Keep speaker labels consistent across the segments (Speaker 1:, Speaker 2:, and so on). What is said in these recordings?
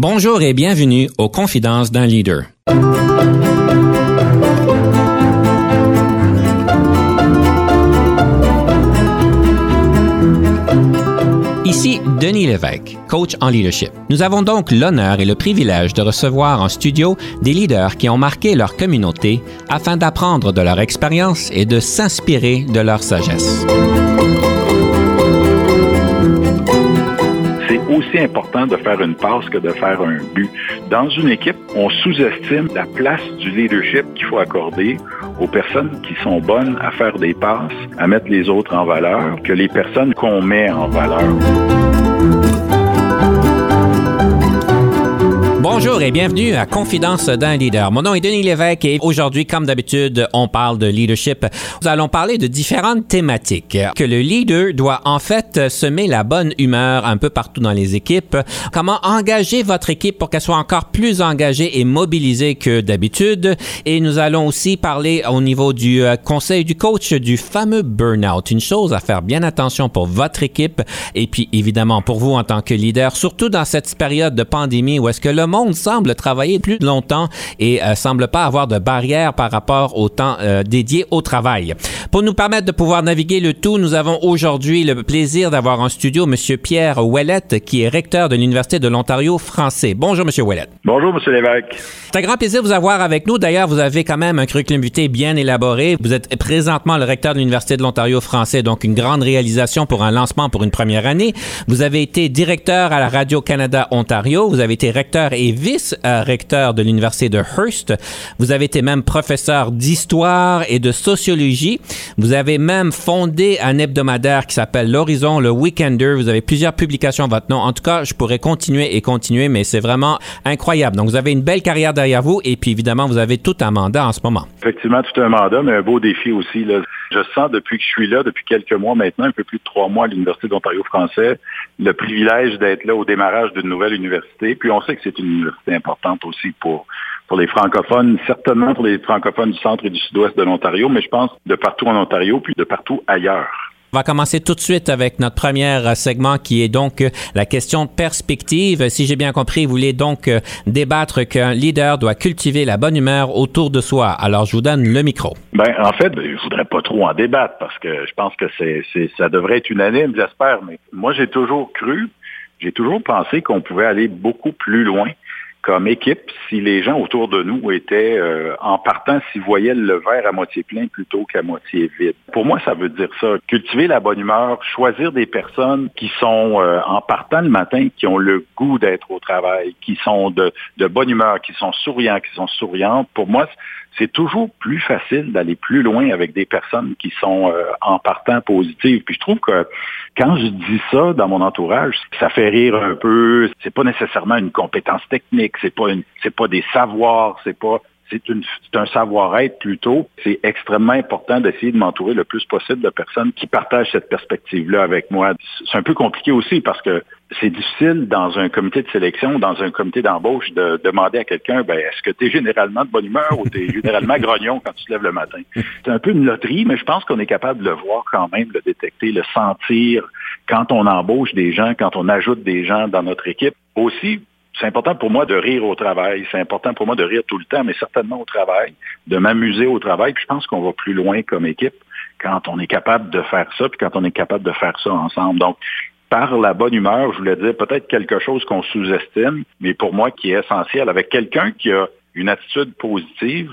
Speaker 1: Bonjour et bienvenue aux Confidences d'un leader. Ici Denis Lévesque, coach en leadership. Nous avons donc l'honneur et le privilège de recevoir en studio des leaders qui ont marqué leur communauté afin d'apprendre de leur expérience et de s'inspirer de leur sagesse.
Speaker 2: C'est aussi important de faire une passe que de faire un but. Dans une équipe, on sous-estime la place du leadership qu'il faut accorder aux personnes qui sont bonnes à faire des passes, à mettre les autres en valeur, que les personnes qu'on met en valeur.
Speaker 1: Bonjour et bienvenue à Confidence d'un leader. Mon nom est Denis Lévesque et aujourd'hui, comme d'habitude, on parle de leadership. Nous allons parler de différentes thématiques. Que le leader doit en fait semer la bonne humeur un peu partout dans les équipes. Comment engager votre équipe pour qu'elle soit encore plus engagée et mobilisée que d'habitude. Et nous allons aussi parler au niveau du conseil du coach du fameux burn-out. Une chose à faire bien attention pour votre équipe et puis évidemment pour vous en tant que leader, surtout dans cette période de pandémie où est-ce que le monde semble travailler plus longtemps et semble pas avoir de barrières par rapport au temps dédié au travail. Pour nous permettre de pouvoir naviguer le tout, nous avons aujourd'hui le plaisir d'avoir en studio M. Pierre Ouellette, qui est recteur de l'Université de l'Ontario français. Bonjour, M. Ouellette.
Speaker 2: Bonjour, M. Lévesque.
Speaker 1: C'est un grand plaisir de vous avoir avec nous. D'ailleurs, vous avez quand même un curriculum vitae bien élaboré. Vous êtes présentement le recteur de l'Université de l'Ontario français, donc une grande réalisation pour un lancement pour une première année. Vous avez été directeur à la Radio-Canada Ontario. Vous avez été recteur et vice-recteur de l'Université de Hearst. Vous avez été même professeur d'histoire et de sociologie. Vous avez même fondé un hebdomadaire qui s'appelle L'Horizon, le Weekender. Vous avez plusieurs publications à votre nom. En tout cas, je pourrais continuer, mais c'est vraiment incroyable. Donc, vous avez une belle carrière derrière vous et puis évidemment, vous avez tout un mandat en ce moment.
Speaker 2: Effectivement, tout un mandat, mais un beau défi aussi, là. Je sens depuis que je suis là, depuis quelques mois maintenant, un peu plus de 3 mois à l'Université d'Ontario français, le privilège d'être là au démarrage d'une nouvelle université. Puis on sait que c'est une université importante aussi pour les francophones, certainement pour les francophones du centre et du sud-ouest de l'Ontario, mais je pense de partout en Ontario, puis de partout ailleurs.
Speaker 1: On va commencer tout de suite avec notre premier segment qui est donc la question de perspective. Si j'ai bien compris, vous voulez donc débattre qu'un leader doit cultiver la bonne humeur autour de soi. Alors, je vous donne le micro.
Speaker 2: En fait, je voudrais pas trop en débattre parce que je pense que ça devrait être unanime, j'espère. Mais moi, j'ai toujours pensé qu'on pouvait aller beaucoup plus loin comme équipe si les gens autour de nous étaient, en partant, s'ils voyaient le verre à moitié plein plutôt qu'à moitié vide. Pour moi, ça veut dire ça. Cultiver la bonne humeur, choisir des personnes qui sont, en partant le matin, qui ont le goût d'être au travail, qui sont de bonne humeur, qui sont souriants, qui sont souriantes. Pour moi, c'est toujours plus facile d'aller plus loin avec des personnes qui sont en partant positives. Puis je trouve que quand je dis ça dans mon entourage, ça fait rire un peu. C'est pas nécessairement une compétence technique, c'est pas des savoirs, c'est un savoir-être plutôt. C'est extrêmement important d'essayer de m'entourer le plus possible de personnes qui partagent cette perspective-là avec moi. C'est un peu compliqué aussi parce que c'est difficile dans un comité de sélection, dans un comité d'embauche, de demander à quelqu'un, est-ce que tu es généralement de bonne humeur ou tu es généralement grognon quand tu te lèves le matin? C'est un peu une loterie, mais je pense qu'on est capable de le voir quand même, le détecter, le sentir quand on embauche des gens, quand on ajoute des gens dans notre équipe. Aussi, c'est important pour moi de rire au travail. C'est important pour moi de rire tout le temps, mais certainement au travail, de m'amuser au travail. Puis je pense qu'on va plus loin comme équipe quand on est capable de faire ça, puis quand on est capable de faire ça ensemble. Donc, par la bonne humeur, je voulais dire peut-être quelque chose qu'on sous-estime, mais pour moi qui est essentiel. Avec quelqu'un qui a une attitude positive,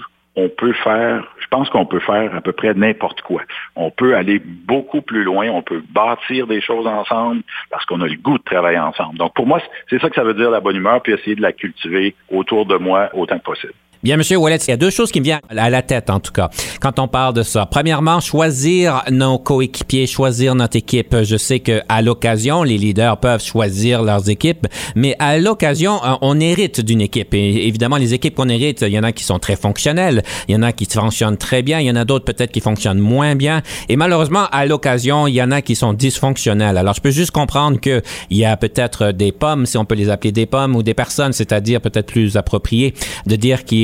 Speaker 2: je pense qu'on peut faire à peu près n'importe quoi. On peut aller beaucoup plus loin, on peut bâtir des choses ensemble parce qu'on a le goût de travailler ensemble. Donc pour moi, c'est ça que ça veut dire la bonne humeur, puis essayer de la cultiver autour de moi autant que possible.
Speaker 1: Bien, M. Ouellette, il y a 2 choses qui me viennent à la tête, en tout cas, quand on parle de ça. Premièrement, choisir nos coéquipiers, choisir notre équipe. Je sais qu'à l'occasion, les leaders peuvent choisir leurs équipes, mais à l'occasion, on hérite d'une équipe. Et évidemment, les équipes qu'on hérite, il y en a qui sont très fonctionnelles, il y en a qui fonctionnent très bien, il y en a d'autres peut-être qui fonctionnent moins bien. Et malheureusement, à l'occasion, il y en a qui sont dysfonctionnelles. Alors, je peux juste comprendre qu'il y a peut-être des pommes, si on peut les appeler des pommes, ou des personnes, c'est-à-dire peut-être plus approprié, de dire qu'ils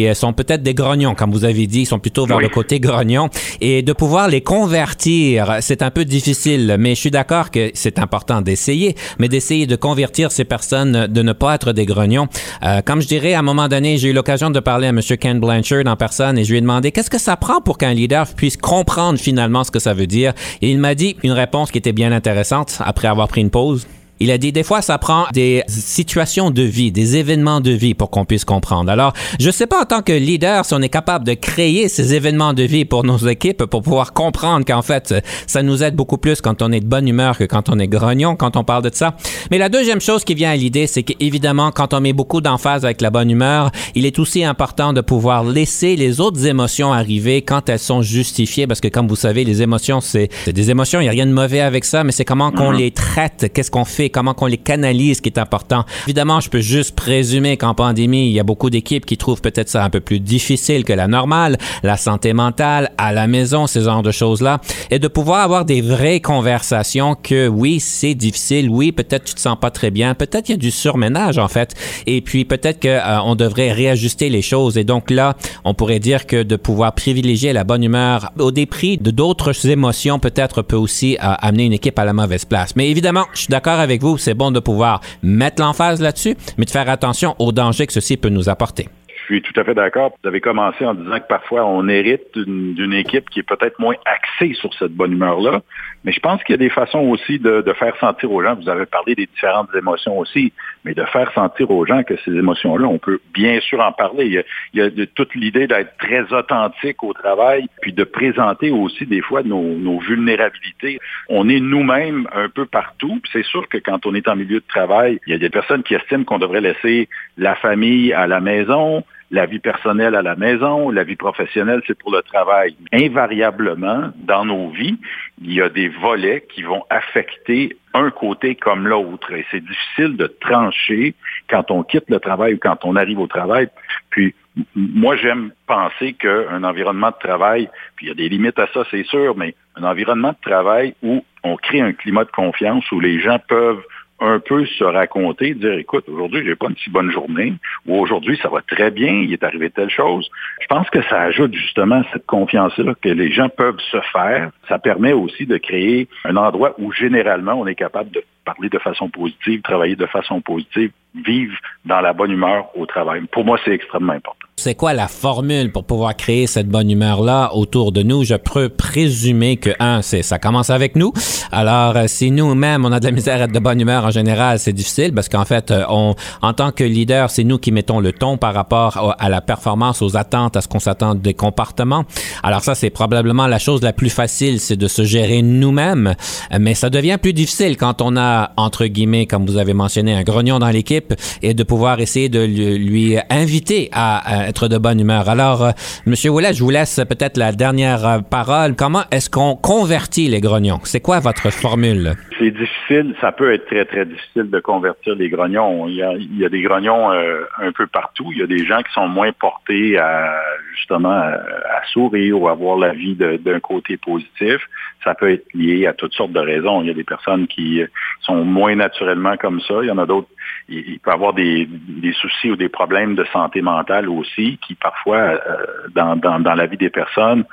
Speaker 1: qui sont peut-être des grognons, comme vous avez dit, ils sont plutôt vers le côté grognon, et de pouvoir les convertir, c'est un peu difficile, mais je suis d'accord que c'est important d'essayer, mais d'essayer de convertir ces personnes, de ne pas être des grognons. Comme je dirais, à un moment donné, j'ai eu l'occasion de parler à M. Ken Blanchard en personne et je lui ai demandé qu'est-ce que ça prend pour qu'un leader puisse comprendre finalement ce que ça veut dire. Et il m'a dit une réponse qui était bien intéressante après avoir pris une pause. Il a dit, des fois, ça prend des situations de vie, des événements de vie pour qu'on puisse comprendre. Alors, je ne sais pas en tant que leader si on est capable de créer ces événements de vie pour nos équipes pour pouvoir comprendre qu'en fait, ça nous aide beaucoup plus quand on est de bonne humeur que quand on est grognon, quand on parle de ça. Mais la deuxième chose qui vient à l'idée, c'est qu'évidemment, quand on met beaucoup d'emphase avec la bonne humeur, il est aussi important de pouvoir laisser les autres émotions arriver quand elles sont justifiées parce que, comme vous savez, les émotions, c'est des émotions, il n'y a rien de mauvais avec ça, mais c'est comment qu'on les traite, qu'est-ce qu'on fait, comment qu'on les canalise qui est important. Évidemment, je peux juste présumer qu'en pandémie, il y a beaucoup d'équipes qui trouvent peut-être ça un peu plus difficile que la normale, la santé mentale, à la maison, ce genre de choses-là, et de pouvoir avoir des vraies conversations que oui, c'est difficile, oui, peut-être tu te sens pas très bien, peut-être il y a du surménage en fait, et puis peut-être qu'on devrait réajuster les choses, et donc là, on pourrait dire que de pouvoir privilégier la bonne humeur au dépris de d'autres émotions peut-être peut aussi amener une équipe à la mauvaise place. Mais évidemment, je suis d'accord avec vous, c'est bon de pouvoir mettre l'emphase là-dessus, mais de faire attention aux dangers que ceci peut nous apporter.
Speaker 2: Je suis tout à fait d'accord. Vous avez commencé en disant que parfois on hérite d'une équipe qui est peut-être moins axée sur cette bonne humeur-là, mais je pense qu'il y a des façons aussi de faire sentir aux gens, vous avez parlé des différentes émotions aussi, mais de faire sentir aux gens que ces émotions-là, on peut bien sûr en parler. Il y a toute l'idée d'être très authentique au travail, puis de présenter aussi des fois nos vulnérabilités. On est nous-mêmes un peu partout, puis c'est sûr que quand on est en milieu de travail, il y a des personnes qui estiment qu'on devrait laisser la famille à la maison, la vie personnelle à la maison, la vie professionnelle, c'est pour le travail. Invariablement, dans nos vies, il y a des volets qui vont affecter un côté comme l'autre. Et c'est difficile de trancher quand on quitte le travail ou quand on arrive au travail. Puis, moi, j'aime penser qu'un environnement de travail, puis il y a des limites à ça, c'est sûr, mais un environnement de travail où on crée un climat de confiance, où les gens peuvent un peu se raconter, dire, écoute, aujourd'hui, j'ai pas une si bonne journée, ou aujourd'hui, ça va très bien, il est arrivé telle chose. Je pense que ça ajoute justement cette confiance-là que les gens peuvent se faire. Ça permet aussi de créer un endroit où, généralement, on est capable de parler de façon positive, travailler de façon positive, vivre dans la bonne humeur au travail. Pour moi, c'est extrêmement important.
Speaker 1: C'est quoi la formule pour pouvoir créer cette bonne humeur-là autour de nous? Je peux présumer que, ça commence avec nous. Alors, si nous-mêmes, on a de la misère à être de bonne humeur en général, c'est difficile parce qu'en fait, en tant que leader, c'est nous qui mettons le ton par rapport à la performance, aux attentes, à ce qu'on s'attend des comportements. Alors ça, c'est probablement la chose la plus facile, c'est de se gérer nous-mêmes. Mais ça devient plus difficile quand on a, entre guillemets, comme vous avez mentionné, un grognon dans l'équipe et de pouvoir essayer de lui inviter à être de bonne humeur. Alors, M. Ouellet, je vous laisse peut-être la dernière parole. Comment est-ce qu'on convertit les grognons? C'est quoi votre formule?
Speaker 2: C'est difficile. Ça peut être très, très difficile de convertir les grognons. Il y a des grognons un peu partout. Il y a des gens qui sont moins portés à sourire ou à voir la vie d'un côté positif. Ça peut être lié à toutes sortes de raisons. Il y a des personnes qui sont moins naturellement comme ça. Il y en a d'autres. Il peut y avoir des soucis ou des problèmes de santé mentale aussi qui, parfois, dans la vie des personnes,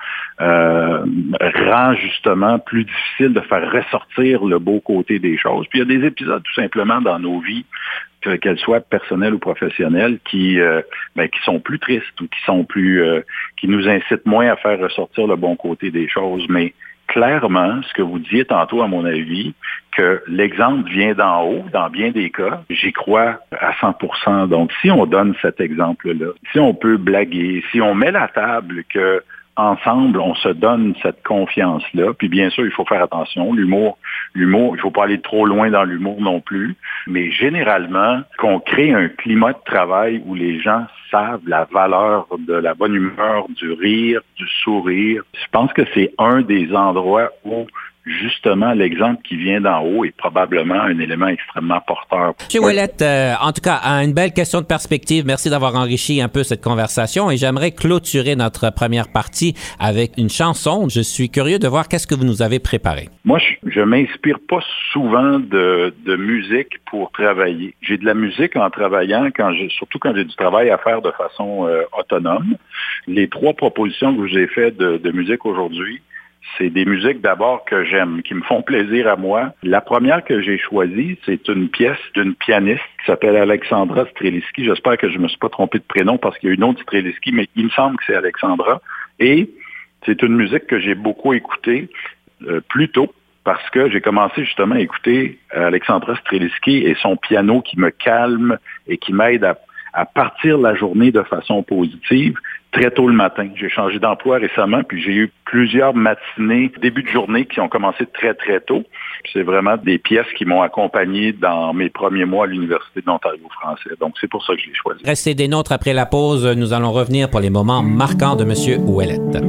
Speaker 2: rend justement plus difficile de faire ressortir le beau côté des choses. Puis il y a des épisodes, tout simplement, dans nos vies, qu'elles soient personnelles ou professionnelles, qui sont plus tristes ou qui nous incitent moins à faire ressortir le bon côté des choses. Mais clairement, ce que vous disiez tantôt, à mon avis, que l'exemple vient d'en haut, dans bien des cas, j'y crois à 100%. Donc, si on donne cet exemple-là, si on peut blaguer, si on met la table que ensemble, on se donne cette confiance-là. Puis bien sûr, il faut faire attention. L'humour, il ne faut pas aller trop loin dans l'humour non plus. Mais généralement, qu'on crée un climat de travail où les gens savent la valeur de la bonne humeur, du rire, du sourire. Je pense que c'est un des endroits où justement, l'exemple qui vient d'en haut est probablement un élément extrêmement porteur.
Speaker 1: M. Ouellette, en tout cas, une belle question de perspective. Merci d'avoir enrichi un peu cette conversation et j'aimerais clôturer notre première partie avec une chanson. Je suis curieux de voir qu'est-ce que vous nous avez préparé.
Speaker 2: Moi, je m'inspire pas souvent de musique pour travailler. J'ai de la musique en travaillant, surtout quand j'ai du travail à faire de façon autonome. Les 3 propositions que je vous ai faites de musique aujourd'hui, c'est des musiques d'abord que j'aime, qui me font plaisir à moi. La première que j'ai choisie, c'est une pièce d'une pianiste qui s'appelle Alexandra Streliski. J'espère que je ne me suis pas trompé de prénom parce qu'il y a une autre Streliski, mais il me semble que c'est Alexandra. Et c'est une musique que j'ai beaucoup écoutée plus tôt parce que j'ai commencé justement à écouter Alexandra Streliski et son piano qui me calme et qui m'aide à partir la journée de façon positive très tôt le matin. J'ai changé d'emploi récemment, puis j'ai eu plusieurs matinées, début de journée qui ont commencé très, très tôt. Puis c'est vraiment des pièces qui m'ont accompagné dans mes premiers mois à l'Université de l'Ontario français. Donc, c'est pour ça que je l'ai choisi.
Speaker 1: Restez des nôtres après la pause. Nous allons revenir pour les moments marquants de M. Ouellette.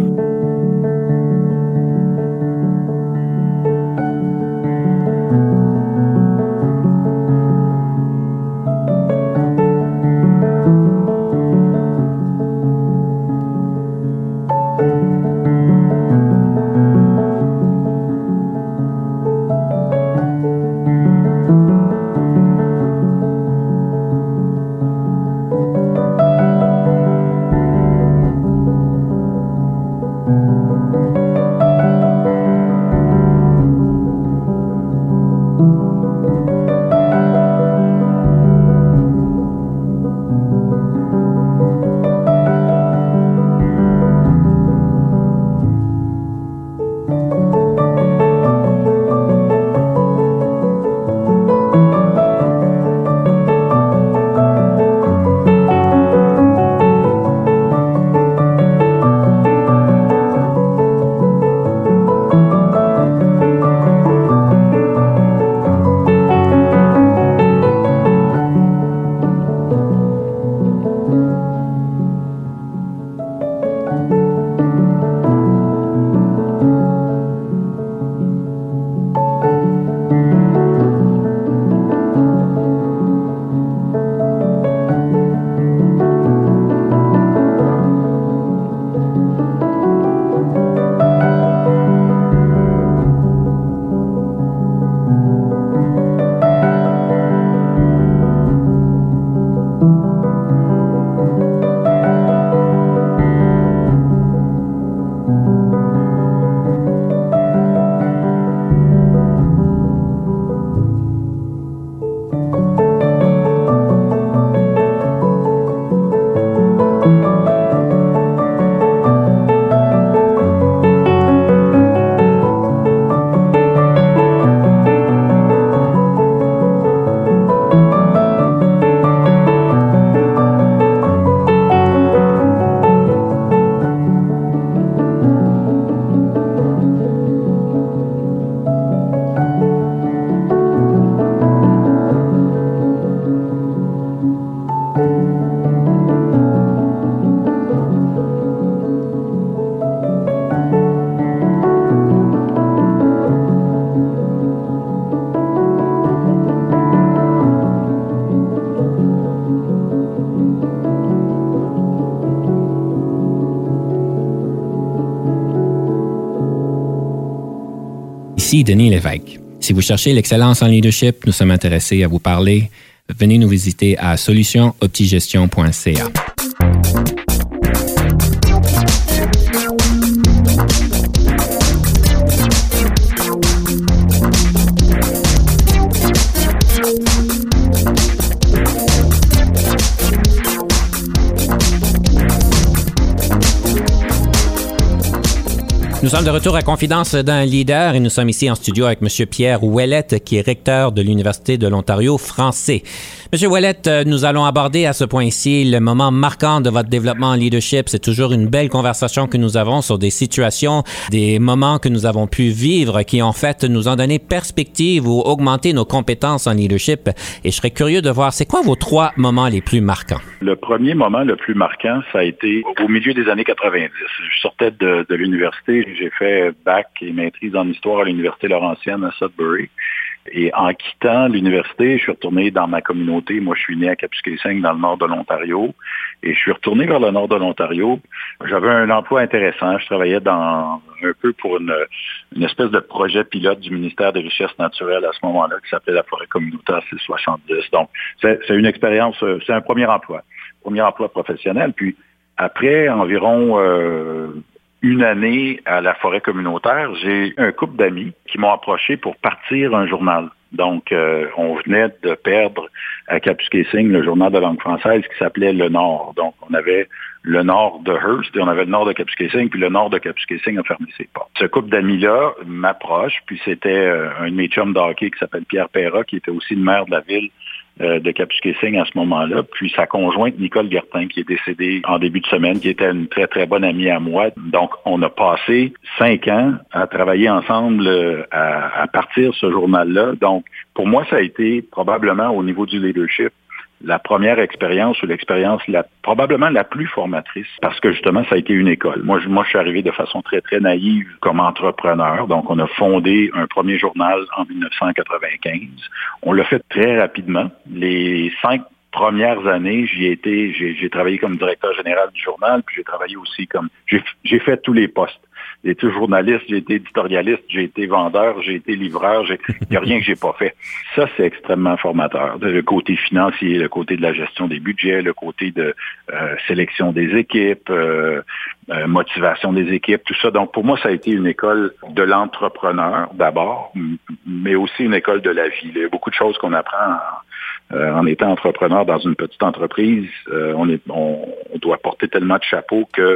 Speaker 1: Ici Denis Lévesque. Si vous cherchez l'excellence en leadership, nous sommes intéressés à vous parler. Venez nous visiter à solutionoptigestion.ca. Nous sommes de retour à Confidence d'un leader et nous sommes ici en studio avec M. Pierre Ouellette, qui est recteur de l'Université de l'Ontario français. M. Ouellette, nous allons aborder à ce point-ci le moment marquant de votre développement en leadership. C'est toujours une belle conversation que nous avons sur des situations, des moments que nous avons pu vivre qui, en fait, nous ont donné perspective ou augmenté nos compétences en leadership. Et je serais curieux de voir, c'est quoi vos 3 moments les plus marquants?
Speaker 2: Le premier moment le plus marquant, ça a été au milieu des années 90. Je sortais de l'université. J'ai fait bac et maîtrise en histoire à l'Université Laurentienne à Sudbury. Et en quittant l'université, je suis retourné dans ma communauté. Moi, je suis né à Kapuskasing, dans le nord de l'Ontario. Et je suis retourné vers le nord de l'Ontario. J'avais un emploi intéressant. Je travaillais un peu pour une espèce de projet pilote du ministère des Richesses naturelles à ce moment-là, qui s'appelait la Forêt communautaire 670. Donc, c'est une expérience, c'est un premier emploi professionnel. Puis, après environ une année à la forêt communautaire, j'ai un couple d'amis qui m'ont approché pour partir un journal. Donc, on venait de perdre à Kapuskasing le journal de langue française qui s'appelait Le Nord. Donc, on avait le Nord de Hearst et on avait le Nord de Kapuskasing, puis le Nord de Kapuskasing a fermé ses portes. Ce couple d'amis-là m'approche, puis c'était un de mes chums de hockey qui s'appelle Pierre Perra, qui était aussi le maire de la ville de Kapuskasing à ce moment-là, puis sa conjointe Nicole Gertin, qui est décédée en début de semaine, qui était une très, très bonne amie à moi. Donc, on a passé 5 ans à travailler ensemble à partir ce journal-là. Donc, pour moi, ça a été probablement au niveau du leadership la première expérience ou l'expérience probablement la plus formatrice parce que justement, ça a été une école. Moi, je suis arrivé de façon très, très naïve comme entrepreneur. Donc, on a fondé un premier journal en 1995. On l'a fait très rapidement. Les 5 premières années, j'ai travaillé comme directeur général du journal, puis j'ai travaillé aussi j'ai fait tous les postes. J'ai été journaliste, j'ai été éditorialiste, j'ai été vendeur, j'ai été livreur, il n'y a rien que j'ai pas fait. Ça, c'est extrêmement formateur. Le côté financier, le côté de la gestion des budgets, le côté de sélection des équipes, motivation des équipes, tout ça. Donc, pour moi, ça a été une école de l'entrepreneur d'abord, mais aussi une école de la vie. Il y a beaucoup de choses qu'on apprend en étant entrepreneur dans une petite entreprise. On doit porter tellement de chapeaux que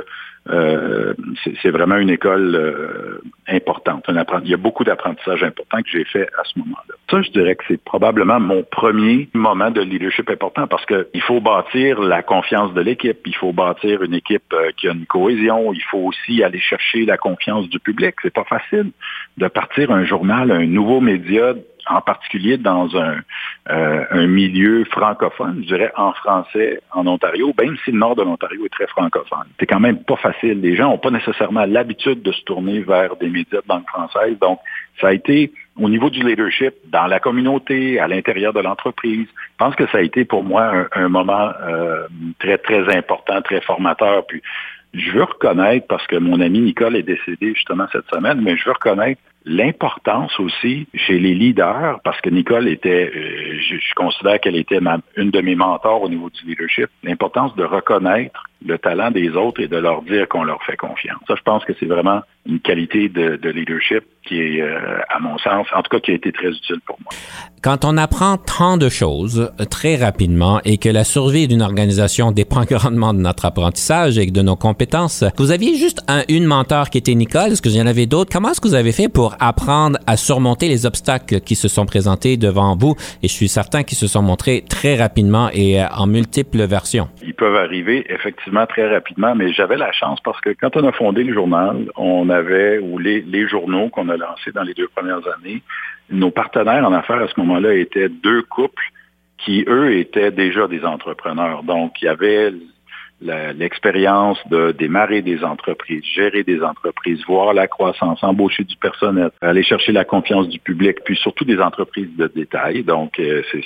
Speaker 2: c'est vraiment une école importante. Il y a beaucoup d'apprentissages importants que j'ai fait à ce moment-là. Ça, je dirais que c'est probablement mon premier moment de leadership important parce que il faut bâtir la confiance de l'équipe, il faut bâtir une équipe qui a une cohésion, il faut aussi aller chercher la confiance du public. C'est pas facile de partir un journal, un nouveau média, en particulier dans un milieu francophone, je dirais en français, en Ontario, même si le nord de l'Ontario est très francophone. C'est quand même pas facile. Les gens n'ont pas nécessairement l'habitude de se tourner vers des médias de langue française. Donc, ça a été, au niveau du leadership, dans la communauté, à l'intérieur de l'entreprise, je pense que ça a été pour moi un moment très, très important, très formateur. Puis, je veux reconnaître, parce que mon ami Nicole est décédée justement cette semaine, mais je veux reconnaître l'importance aussi chez les leaders, parce que Nicole était, je considère qu'elle était une de mes mentors au niveau du leadership, l'importance de reconnaître le talent des autres et de leur dire qu'on leur fait confiance. Ça, je pense que c'est vraiment une qualité de leadership qui est, à mon sens, en tout cas, qui a été très utile pour moi.
Speaker 1: Quand on apprend tant de choses très rapidement et que la survie d'une organisation dépend grandement de notre apprentissage et de nos compétences, vous aviez juste une mentor qui était Nicole, est-ce que vous y en avez d'autres? Comment est-ce que vous avez fait pour apprendre à surmonter les obstacles qui se sont présentés devant vous? Et je suis certain qu'ils se sont montrés très rapidement et en multiples versions.
Speaker 2: Ils peuvent arriver effectivement très rapidement, mais j'avais la chance parce que quand on a fondé le journal, on avait, ou les journaux qu'on a lancés dans les 2 premières années, nos partenaires en affaires à ce moment-là étaient 2 couples qui, eux, étaient déjà des entrepreneurs. Donc, il y avait l'expérience de démarrer des entreprises, gérer des entreprises, voir la croissance, embaucher du personnel, aller chercher la confiance du public, puis surtout des entreprises de détail. Donc,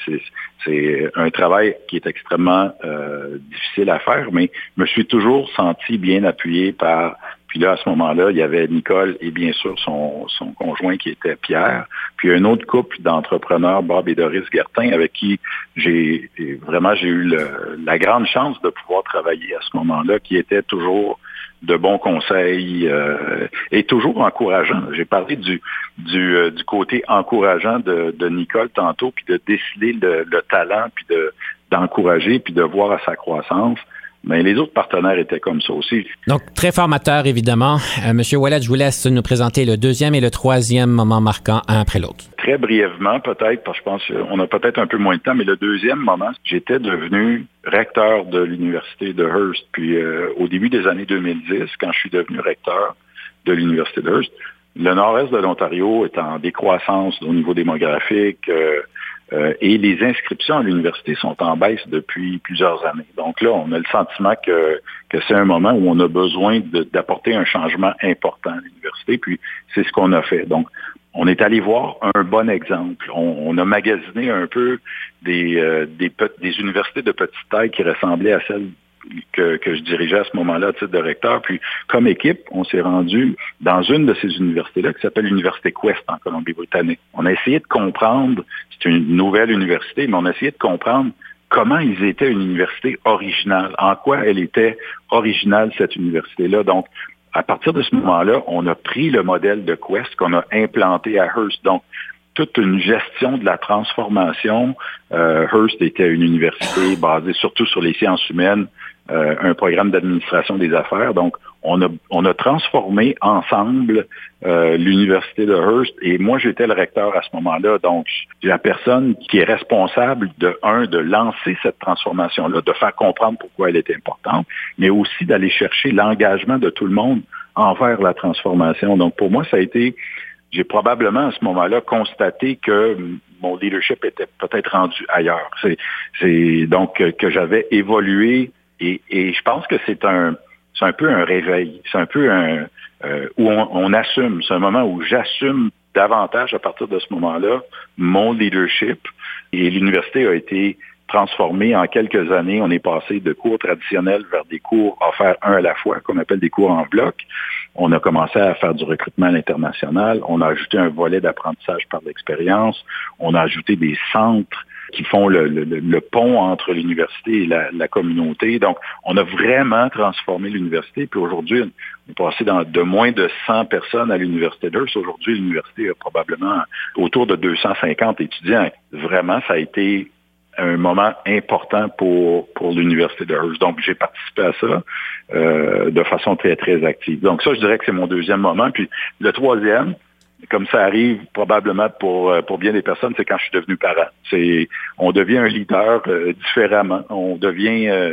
Speaker 2: c'est un travail qui est extrêmement difficile à faire, mais je me suis toujours senti bien appuyé par... Puis là, à ce moment-là, il y avait Nicole et bien sûr son conjoint qui était Pierre. Puis un autre couple d'entrepreneurs, Bob et Doris Gertin, avec qui j'ai eu la grande chance de pouvoir travailler à ce moment-là, qui étaient toujours de bons conseils et toujours encourageants. J'ai parlé du côté encourageant de Nicole tantôt, puis de déceler le talent, puis d'encourager, puis de voir à sa croissance. Mais les autres partenaires étaient comme ça aussi.
Speaker 1: Donc, très formateur, évidemment. Monsieur Ouellet, je vous laisse nous présenter le 2e et le 3e moment marquant, un après l'autre.
Speaker 2: Très brièvement, peut-être, parce que je pense qu'on a peut-être un peu moins de temps, mais le 2e moment, j'étais devenu recteur de l'Université de Hearst. Puis, au début des années 2010, quand je suis devenu recteur de l'Université de Hearst, le nord-est de l'Ontario est en décroissance au niveau démographique. et les inscriptions à l'université sont en baisse depuis plusieurs années. Donc là, on a le sentiment que c'est un moment où on a besoin d'apporter un changement important à l'université, puis c'est ce qu'on a fait. Donc, on est allé voir un bon exemple. On a magasiné un peu des universités de petite taille qui ressemblaient à celles que je dirigeais à ce moment-là à titre de recteur. Puis, comme équipe, on s'est rendu dans une de ces universités-là qui s'appelle l'Université Quest en Colombie-Britannique. On a essayé de comprendre, c'est une nouvelle université, mais on a essayé de comprendre comment ils étaient une université originale, en quoi elle était originale, cette université-là. Donc, à partir de ce moment-là, on a pris le modèle de Quest qu'on a implanté à Hearst. Donc, toute une gestion de la transformation. Hearst était une université basée surtout sur les sciences humaines, un programme d'administration des affaires. Donc, on a transformé ensemble l'université de Hearst, et moi, j'étais le recteur à ce moment-là. Donc, la personne qui est responsable de lancer cette transformation-là, de faire comprendre pourquoi elle était importante, mais aussi d'aller chercher l'engagement de tout le monde envers la transformation. Donc, pour moi, ça a été... J'ai probablement à ce moment-là constaté que mon leadership était peut-être rendu ailleurs. C'est donc que j'avais évolué, et je pense que c'est un peu un réveil. C'est un peu où on assume. C'est un moment où j'assume davantage à partir de ce moment-là mon leadership, et l'université a été transformée en quelques années. On est passé de cours traditionnels vers des cours offerts un à la fois, qu'on appelle des cours en bloc. On a commencé à faire du recrutement à l'international. On a ajouté un volet d'apprentissage par l'expérience. On a ajouté des centres qui font le pont entre l'université et la communauté. Donc, on a vraiment transformé l'université. Puis aujourd'hui, on est passé de moins de 100 personnes à l'université d'Hearst. Aujourd'hui, l'université a probablement autour de 250 étudiants. Vraiment, ça a été un moment important pour l'université de Hearst. Donc, j'ai participé à ça de façon très, très active. Donc, ça, je dirais que c'est mon deuxième moment. Puis, le troisième, comme ça arrive probablement pour bien des personnes, c'est quand je suis devenu parent. On devient un leader différemment. On devient...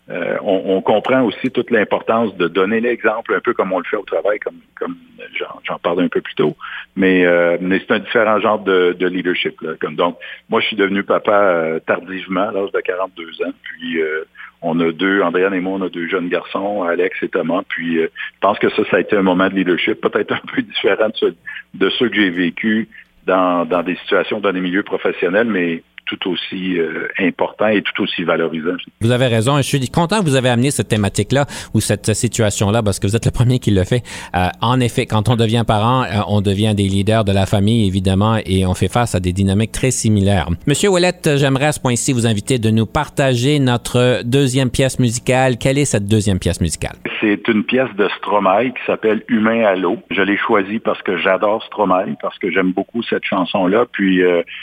Speaker 2: on comprend aussi toute l'importance de donner l'exemple, un peu comme on le fait au travail, comme j'en parlais un peu plus tôt. Mais c'est un différent genre de leadership. Là. Donc, moi, je suis devenu papa tardivement, à l'âge de 42 ans. Puis, on a Andréane et moi, on a deux jeunes garçons, Alex et Thomas. Puis, je pense que ça a été un moment de leadership peut-être un peu différent de ceux que j'ai vécu dans des situations, dans des milieux professionnels, mais tout aussi important et tout aussi valorisant.
Speaker 1: Vous avez raison. Je suis content que vous avez amené cette thématique-là ou cette situation-là parce que vous êtes le premier qui le fait. En effet, quand on devient parent, on devient des leaders de la famille, évidemment, et on fait face à des dynamiques très similaires. Monsieur Ouellette, j'aimerais à ce point-ci vous inviter de nous partager notre deuxième pièce musicale. Quelle est cette deuxième pièce musicale?
Speaker 2: C'est une pièce de Stromae qui s'appelle « Humain à l'eau ». Je l'ai choisie parce que j'adore Stromae, parce que j'aime beaucoup cette chanson-là. Puis,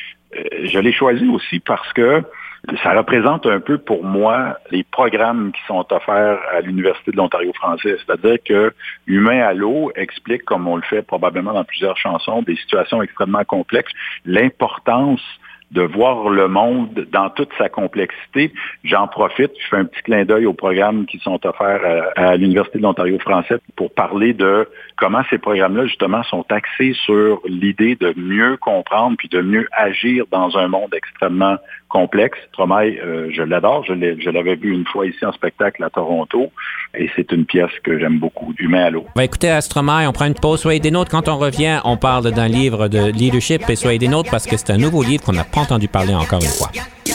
Speaker 2: je l'ai choisi aussi parce que ça représente un peu pour moi les programmes qui sont offerts à l'Université de l'Ontario français. C'est-à-dire que Humain à l'eau explique, comme on le fait probablement dans plusieurs chansons, des situations extrêmement complexes, l'importance de voir le monde dans toute sa complexité. J'en profite, je fais un petit clin d'œil aux programmes qui sont offerts à l'Université de l'Ontario français pour parler de comment ces programmes-là, justement, sont axés sur l'idée de mieux comprendre puis de mieux agir dans un monde extrêmement complexe. Stromae, je l'adore. Je l'avais vu une fois ici en spectacle à Toronto et c'est une pièce que j'aime beaucoup, Humain à l'eau.
Speaker 1: On va écouter Stromae, on prend une pause. Soyez des nôtres. Quand on revient, on parle d'un livre de leadership et soyez des nôtres parce que c'est un nouveau livre qu'on n'a pas entendu parler encore une fois.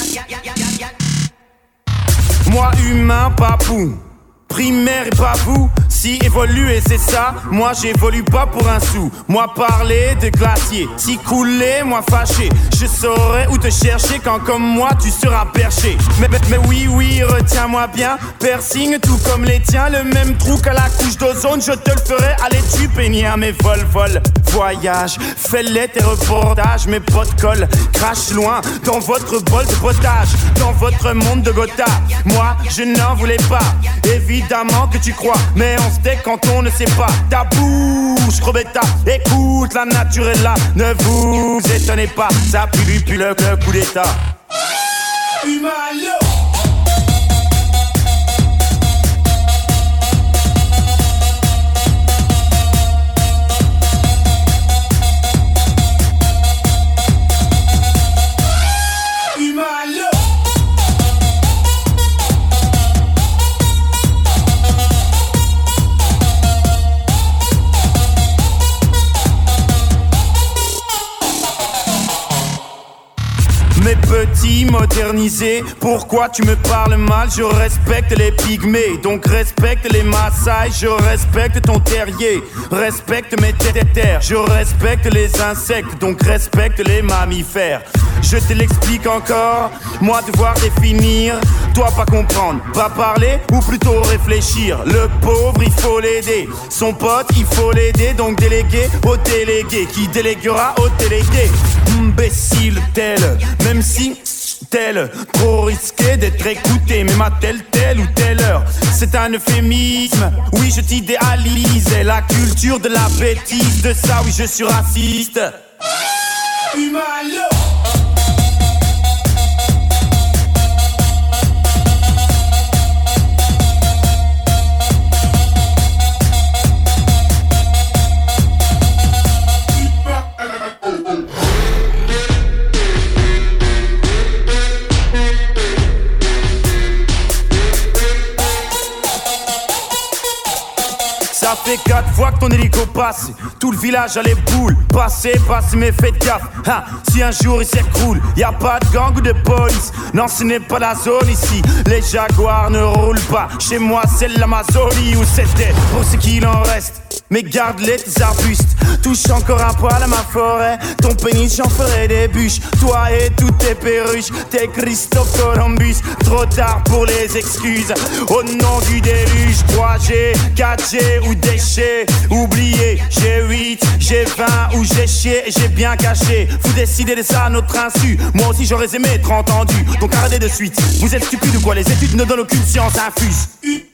Speaker 3: Moi, humain, papou, primaire et babou, si évoluer c'est ça, moi j'évolue pas pour un sou. Moi parler de glacier, si couler, moi fâché. Je saurais où te chercher quand comme moi tu seras perché. Mais oui, retiens-moi bien, piercing tout comme les tiens. Le même trou qu'à la couche d'ozone, je te le ferai, allez tu peignir. Mais vol, voyage, fais-les tes reportages. Mes potes collent, crache loin dans votre bol de potage. Dans votre monde de Gotha, moi je n'en voulais pas. Évidemment que tu crois, mais on se tait quand on ne sait pas. Ta bouche, trop bêta, écoute, la nature est là. Ne vous étonnez pas, ça pue le coup d'état. Humain à l'eau. modernisé. Pourquoi tu me parles mal? Je respecte les pygmées, donc respecte les Maasai. Je respecte ton terrier, respecte mes terres. Je respecte les insectes, donc respecte les mammifères. Je te l'explique encore, moi devoir définir, toi pas comprendre, pas parler ou plutôt réfléchir. Le pauvre il faut l'aider, son pote il faut l'aider, donc déléguer au délégué qui déléguera au délégué. Imbécile tel, même si tel, trop risqué d'être écouté, même à telle ou telle heure. C'est un euphémisme, oui je t'idéalise, la culture de la bêtise, de ça oui je suis raciste. Humalo. Ça fait 4 fois que ton hélico passe, tout le village a les boules. Passez, mais faites gaffe, hein, si un jour il s'écroule, y a pas de gang ou de police. Non, ce n'est pas la zone ici, les jaguars ne roulent pas. Chez moi c'est l'Amazonie où c'était, pour ce qu'il en reste. Mais garde-les tes arbustes, touche encore un poil à ma forêt. Ton pénis j'en ferai des bûches, toi et toutes tes perruches. T'es Christophe Columbus, trop tard pour les excuses. Au nom du déluge, 3G, 4G ou déchets. Oubliez, j'ai 8, j'ai 20 ou j'ai chié et j'ai bien caché. Vous décidez de ça à notre insu, moi aussi j'aurais aimé être entendu. Donc arrêtez de suite, vous êtes stupides ou quoi? Les études ne donnent aucune science infuse.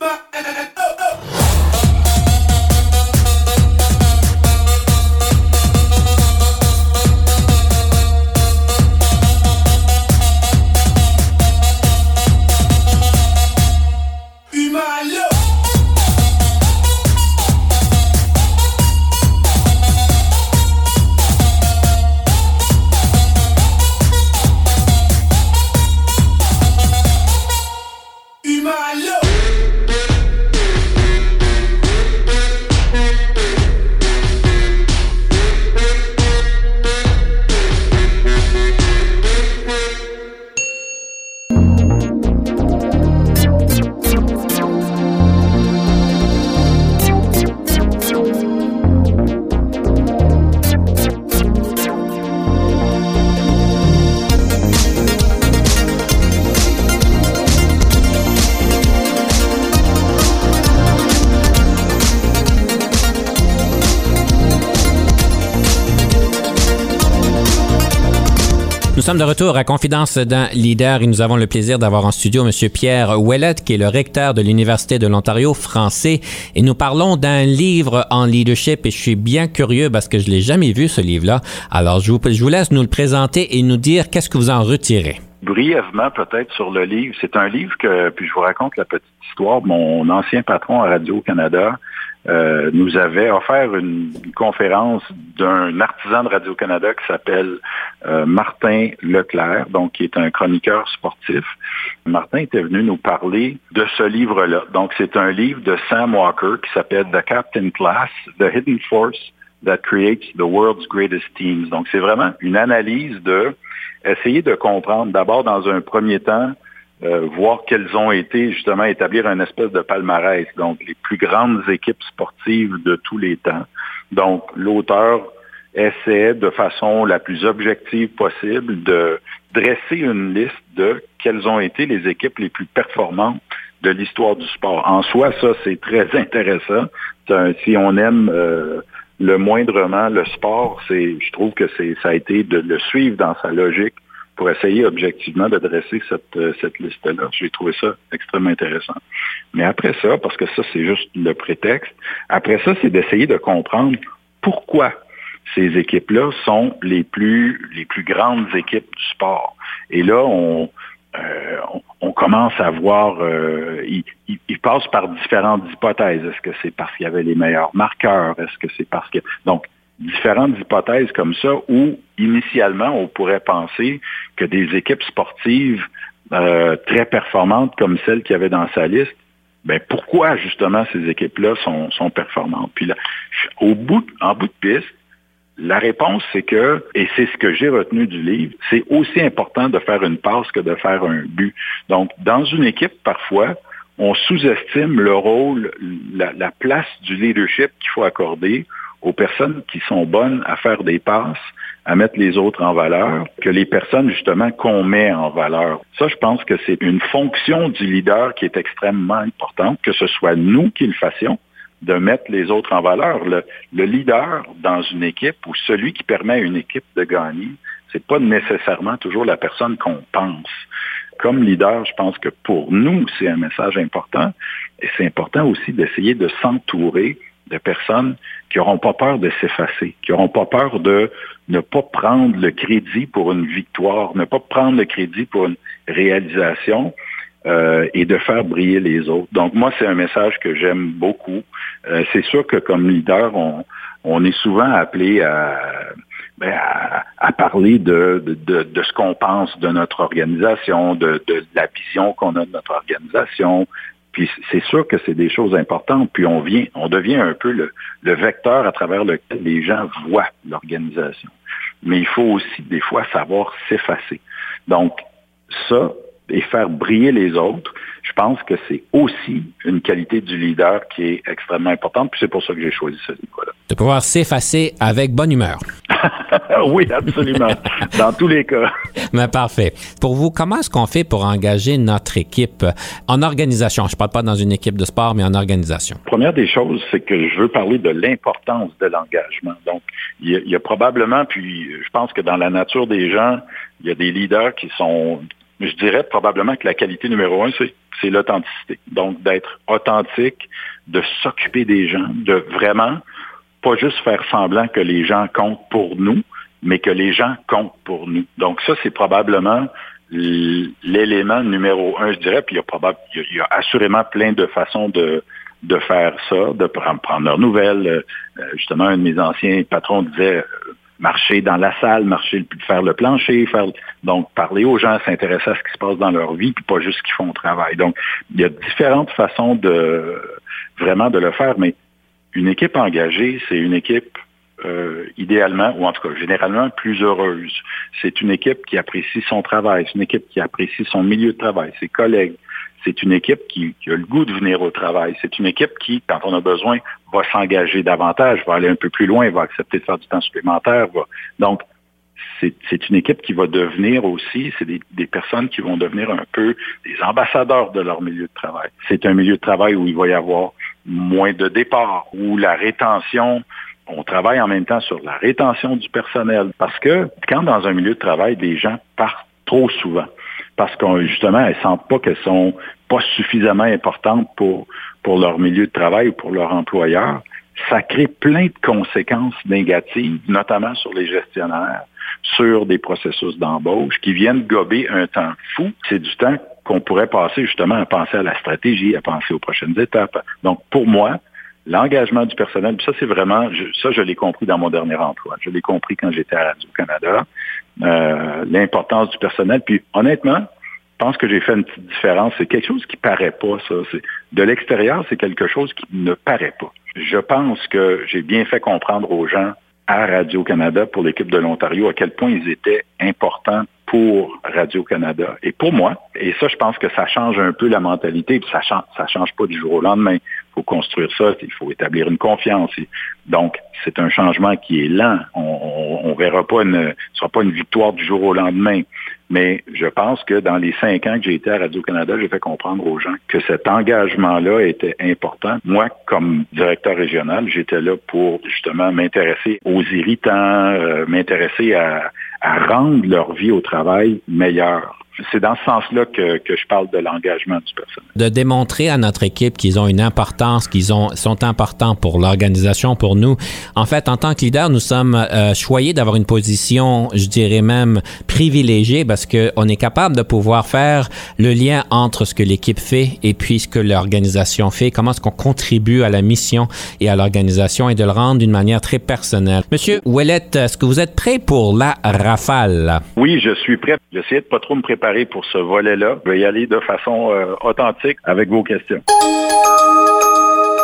Speaker 1: Nous sommes de retour à Confidence d'un leader et nous avons le plaisir d'avoir en studio M. Pierre Ouellette, qui est le recteur de l'Université de l'Ontario français. Et nous parlons d'un livre en leadership et je suis bien curieux parce que je ne l'ai jamais vu, ce livre-là. Alors, je vous laisse nous le présenter et nous dire qu'est-ce que vous en retirez.
Speaker 2: Brièvement, peut-être, sur le livre. C'est un livre que, puis je vous raconte la petite histoire, mon ancien patron à Radio-Canada nous avait offert une conférence d'un artisan de Radio-Canada qui s'appelle Martin Leclerc, donc qui est un chroniqueur sportif. Martin était venu nous parler de ce livre-là. Donc, c'est un livre de Sam Walker qui s'appelle The Captain Class, The Hidden Force That Creates the World's Greatest Teams. Donc, c'est vraiment une analyse de essayer de comprendre, d'abord dans un premier temps, voir quelles ont été, justement, établir une espèce de palmarès, donc les plus grandes équipes sportives de tous les temps. Donc, l'auteur essaie de façon la plus objective possible de dresser une liste de quelles ont été les équipes les plus performantes de l'histoire du sport. En soi, ça, c'est très intéressant. Si on aime le moindrement le sport, je trouve que ça a été de le suivre dans sa logique pour essayer objectivement de dresser cette liste-là. J'ai trouvé ça extrêmement intéressant. Mais après ça, parce que ça, c'est juste le prétexte, après ça, c'est d'essayer de comprendre pourquoi ces équipes-là sont les plus grandes équipes du sport. Et là, on commence à voir, il passe par différentes hypothèses. Est-ce que c'est parce qu'il y avait les meilleurs marqueurs? Est-ce que c'est parce que... Donc, différentes hypothèses comme ça où, initialement, on pourrait penser que des équipes sportives très performantes comme celles qu'il y avait dans sa liste, ben pourquoi, justement, ces équipes-là sont performantes? Puis là, en bout de piste, La réponse, c'est que, et c'est ce que j'ai retenu du livre, c'est aussi important de faire une passe que de faire un but. Donc, dans une équipe, parfois, on sous-estime le rôle, la place du leadership qu'il faut accorder aux personnes qui sont bonnes à faire des passes, à mettre les autres en valeur, que les personnes, justement, qu'on met en valeur. Ça, je pense que c'est une fonction du leader qui est extrêmement importante, que ce soit nous qui le fassions, de mettre les autres en valeur. Le leader dans une équipe ou celui qui permet à une équipe de gagner, c'est pas nécessairement toujours la personne qu'on pense. Comme leader, je pense que pour nous, c'est un message important. Et c'est important aussi d'essayer de s'entourer de personnes qui n'auront pas peur de s'effacer, qui n'auront pas peur de ne pas prendre le crédit pour une victoire, ne pas prendre le crédit pour une réalisation et de faire briller les autres. Donc moi, c'est un message que j'aime beaucoup. C'est sûr que comme leader, on est souvent appelé à parler de ce qu'on pense de notre organisation, de la vision qu'on a de notre organisation. Puis c'est sûr que c'est des choses importantes. Puis on devient un peu le vecteur à travers lequel les gens voient l'organisation. Mais il faut aussi des fois savoir s'effacer. Donc ça, et faire briller les autres, je pense que c'est aussi une qualité du leader qui est extrêmement importante. Puis c'est pour ça que j'ai choisi ce livre-là.
Speaker 1: De pouvoir s'effacer avec bonne humeur.
Speaker 2: Oui, absolument. Dans tous les cas.
Speaker 1: Mais parfait. Pour vous, comment est-ce qu'on fait pour engager notre équipe en organisation? Je ne parle pas dans une équipe de sport, mais en organisation.
Speaker 2: Première des choses, c'est que je veux parler de l'importance de l'engagement. Donc, il y a probablement, puis je pense que dans la nature des gens, il y a des leaders qui sont, je dirais probablement que la qualité numéro 1, c'est l'authenticité. Donc, d'être authentique, de s'occuper des gens, de vraiment pas juste faire semblant que les gens comptent pour nous, mais que les gens comptent pour nous. Donc ça, c'est probablement l'élément numéro 1, je dirais. Puis il y a assurément plein de façons de faire ça, de prendre leurs nouvelles. Justement, un de mes anciens patrons disait marcher dans la salle, faire le plancher, donc parler aux gens, s'intéresser à ce qui se passe dans leur vie, puis pas juste ce qu'ils font au travail. Donc, il y a différentes façons de le faire, mais une équipe engagée, c'est une équipe idéalement, ou en tout cas généralement, plus heureuse. C'est une équipe qui apprécie son travail, c'est une équipe qui apprécie son milieu de travail, ses collègues. C'est une équipe qui a le goût de venir au travail. C'est une équipe qui, quand on a besoin, va s'engager davantage, va aller un peu plus loin, va accepter de faire du temps supplémentaire. Donc, c'est une équipe qui va devenir aussi, c'est des personnes qui vont devenir un peu des ambassadeurs de leur milieu de travail. C'est un milieu de travail où il va y avoir moins de départs, où la rétention, on travaille en même temps sur la rétention du personnel. Parce que quand dans un milieu de travail, des gens partent trop souvent, parce que justement, elles ne sentent pas qu'elles sont pas suffisamment importantes pour leur milieu de travail ou pour leur employeur, ça crée plein de conséquences négatives, notamment sur les gestionnaires, sur des processus d'embauche qui viennent gober un temps fou. C'est du temps qu'on pourrait passer justement à penser à la stratégie, à penser aux prochaines étapes. Donc, pour moi, l'engagement du personnel, ça c'est vraiment, je l'ai compris dans mon dernier emploi. Je l'ai compris quand j'étais à Radio-Canada, l'importance du personnel. Puis honnêtement, je pense que j'ai fait une petite différence. C'est quelque chose qui paraît pas, ça. De l'extérieur, c'est quelque chose qui ne paraît pas. Je pense que j'ai bien fait comprendre aux gens à Radio-Canada, pour l'équipe de l'Ontario, à quel point ils étaient importants pour Radio-Canada et pour moi. Et ça, je pense que ça change un peu la mentalité. Puis ça change pas du jour au lendemain. Il faut construire ça, il faut établir une confiance. Donc, c'est un changement qui est lent. On verra pas ce sera pas une victoire du jour au lendemain. Mais je pense que dans les 5 ans que j'ai été à Radio-Canada, j'ai fait comprendre aux gens que cet engagement-là était important. Moi, comme directeur régional, j'étais là pour justement m'intéresser aux irritants, m'intéresser à rendre leur vie au travail meilleure. C'est dans ce sens-là que je parle de l'engagement du personnel.
Speaker 1: De démontrer à notre équipe qu'ils ont une importance, sont importants pour l'organisation, pour nous. En fait, en tant que leader, nous sommes choyés d'avoir une position, je dirais même privilégiée, parce qu'on est capable de pouvoir faire le lien entre ce que l'équipe fait et puis ce que l'organisation fait, comment est-ce qu'on contribue à la mission et à l'organisation et de le rendre d'une manière très personnelle. Monsieur Ouellette, est-ce que vous êtes prêt pour la rafale?
Speaker 2: Oui, je suis prêt. J'essaie de pas trop me préparer pour ce volet-là. Je vais y aller de façon authentique avec vos questions.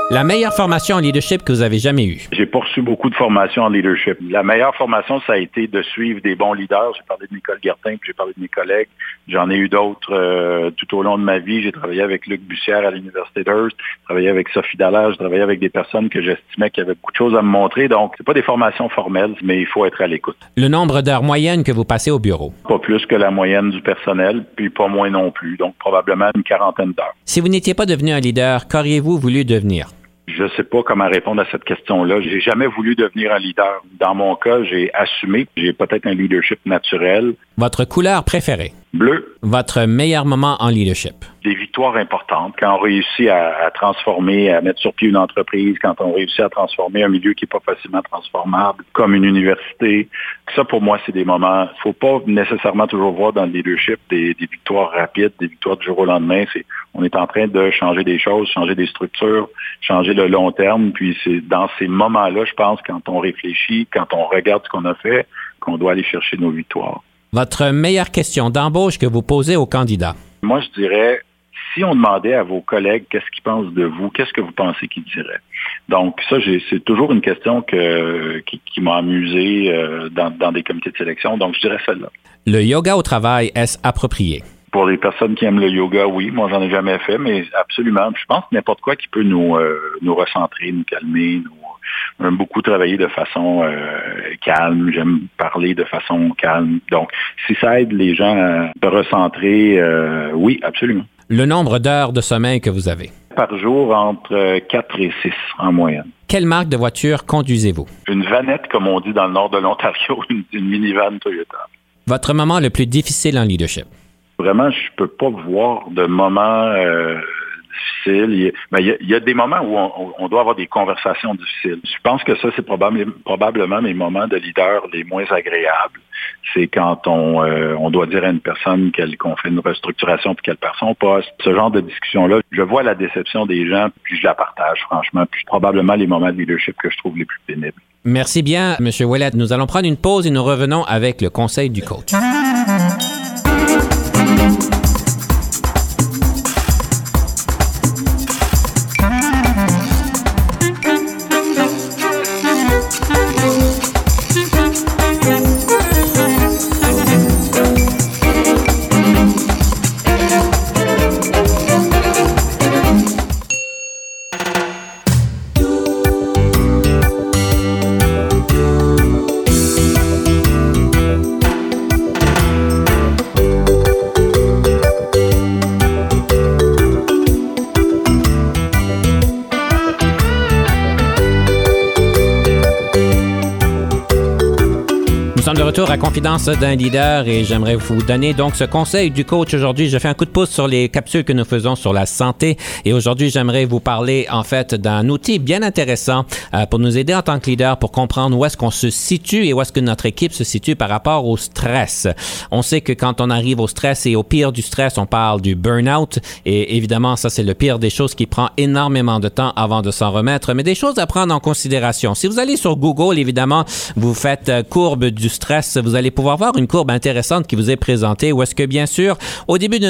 Speaker 1: La meilleure formation en leadership que vous avez jamais eue?
Speaker 2: J'ai pas reçu beaucoup de formation en leadership. La meilleure formation, ça a été de suivre des bons leaders. J'ai parlé de Nicole Guertin, puis j'ai parlé de mes collègues. J'en ai eu d'autres tout au long de ma vie. J'ai travaillé avec Luc Bussière à l'Université d'Hearst, j'ai travaillé avec Sophie Dallaire, j'ai travaillé avec des personnes que j'estimais qui avaient beaucoup de choses à me montrer. Donc, c'est pas des formations formelles, mais il faut être à l'écoute.
Speaker 1: Le nombre d'heures moyennes que vous passez au bureau?
Speaker 2: Pas plus que la moyenne du personnel, puis pas moins non plus. Donc, probablement une 40aine d'heures.
Speaker 1: Si vous n'étiez pas devenu un leader, qu'auriez-vous voulu devenir?
Speaker 2: Je sais pas comment répondre à cette question-là. J'ai jamais voulu devenir un leader. Dans mon cas, j'ai assumé que j'ai peut-être un leadership naturel.
Speaker 1: Votre couleur préférée?
Speaker 2: Bleu.
Speaker 1: Votre meilleur moment en leadership?
Speaker 2: Des victoires importantes. Quand on réussit à transformer, à mettre sur pied une entreprise, quand on réussit à transformer un milieu qui n'est pas facilement transformable, comme une université. Ça, pour moi, c'est des moments. Il ne faut pas nécessairement toujours voir dans le leadership des victoires rapides, des victoires du jour au lendemain. On est en train de changer des choses, changer des structures, changer le long terme. Puis c'est dans ces moments-là, je pense, quand on réfléchit, quand on regarde ce qu'on a fait, qu'on doit aller chercher nos victoires.
Speaker 1: Votre meilleure question d'embauche que vous posez aux candidats?
Speaker 2: Moi, je dirais, si on demandait à vos collègues qu'est-ce qu'ils pensent de vous, qu'est-ce que vous pensez qu'ils diraient? Donc, ça, c'est toujours une question qui m'a amusé dans des comités de sélection. Donc, je dirais celle-là.
Speaker 1: Le yoga au travail, est-ce approprié?
Speaker 2: Pour les personnes qui aiment le yoga, oui. Moi, j'en ai jamais fait, mais absolument. Je pense que n'importe quoi qui peut nous recentrer, nous calmer, j'aime beaucoup travailler de façon calme. J'aime parler de façon calme. Donc, si ça aide les gens à se recentrer, oui, absolument.
Speaker 1: Le nombre d'heures de sommeil que vous avez?
Speaker 2: Par jour, entre 4 et 6 en moyenne.
Speaker 1: Quelle marque de voiture conduisez-vous?
Speaker 2: Une vanette, comme on dit dans le nord de l'Ontario, une minivan Toyota.
Speaker 1: Votre moment le plus difficile en leadership?
Speaker 2: Vraiment, je peux pas voir de moment difficile. Il y a des moments où on doit avoir des conversations difficiles. Je pense que ça, c'est probablement mes moments de leader les moins agréables. C'est quand on doit dire à une personne qu'on fait une restructuration puis qu'elle perd son poste. Ce genre de discussion-là, je vois la déception des gens puis je la partage, franchement. Puis probablement les moments de leadership que je trouve les plus pénibles.
Speaker 1: Merci bien, M. Ouellet. Nous allons prendre une pause et nous revenons avec le conseil du coach. De retour à Confidence d'un leader et j'aimerais vous donner donc ce conseil du coach aujourd'hui. Je fais un coup de pouce sur les capsules que nous faisons sur la santé et aujourd'hui, j'aimerais vous parler en fait d'un outil bien intéressant pour nous aider en tant que leader pour comprendre où est-ce qu'on se situe et où est-ce que notre équipe se situe par rapport au stress. On sait que quand on arrive au stress et au pire du stress, on parle du burn-out et évidemment, ça c'est le pire des choses qui prend énormément de temps avant de s'en remettre, mais des choses à prendre en considération. Si vous allez sur Google, évidemment, vous faites courbe du stress, vous allez pouvoir voir une courbe intéressante qui vous est présentée où est-ce que, bien sûr, au début,